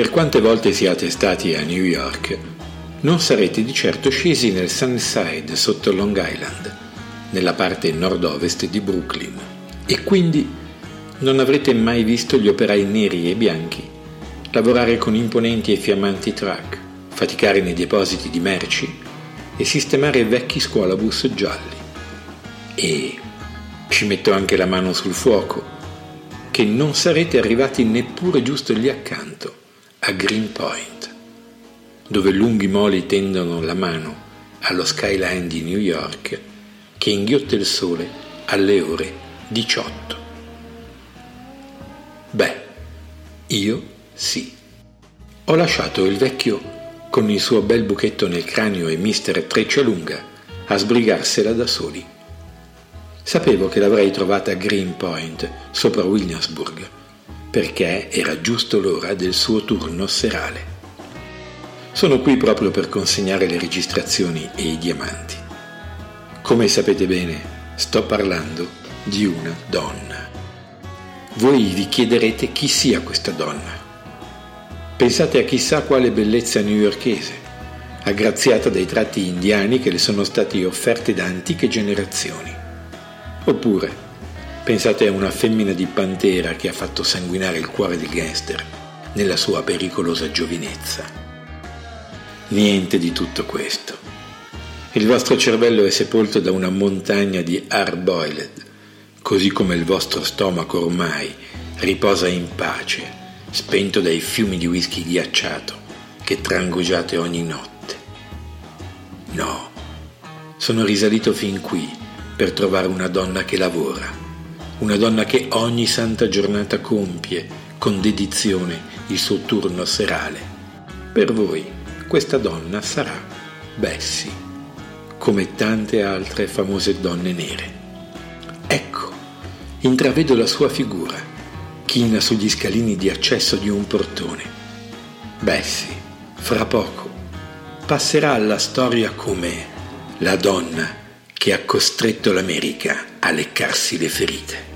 Per quante volte siate stati a New York, non sarete di certo scesi nel Sunnyside sotto Long Island, nella parte nord-ovest di Brooklyn, e quindi non avrete mai visto gli operai neri e bianchi lavorare con imponenti e fiammanti truck, faticare nei depositi di merci e sistemare vecchi scuolabus gialli. E ci metto anche la mano sul fuoco, che non sarete arrivati neppure giusto lì accanto, a Greenpoint, dove lunghi moli tendono la mano allo skyline di New York che inghiotte il sole alle ore 18. Beh, io sì. Ho lasciato il vecchio con il suo bel buchetto nel cranio e mister Treccialunga a sbrigarsela da soli. Sapevo che l'avrei trovata a Greenpoint, sopra Williamsburg, perché era giusto l'ora del suo turno serale. Sono qui proprio per consegnare le registrazioni e i diamanti. Come sapete bene, sto parlando di una donna. Voi vi chiederete chi sia questa donna. Pensate a chissà quale bellezza newyorkese, aggraziata dai tratti indiani che le sono stati offerti da antiche generazioni. Oppure pensate a una femmina di Pantera che ha fatto sanguinare il cuore del gangster nella sua pericolosa giovinezza. Niente di tutto questo. Il vostro cervello è sepolto da una montagna di hard-boiled, così come il vostro stomaco ormai riposa in pace, spento dai fiumi di whisky ghiacciato che trangugiate ogni notte. No, sono risalito fin qui per trovare una donna che lavora, una donna che ogni santa giornata compie con dedizione il suo turno serale. Per voi questa donna sarà Bessie, come tante altre famose donne nere. Ecco, intravedo la sua figura, china sugli scalini di accesso di un portone. Bessie, fra poco, passerà alla storia come la donna che ha costretto l'America a leccarsi le ferite.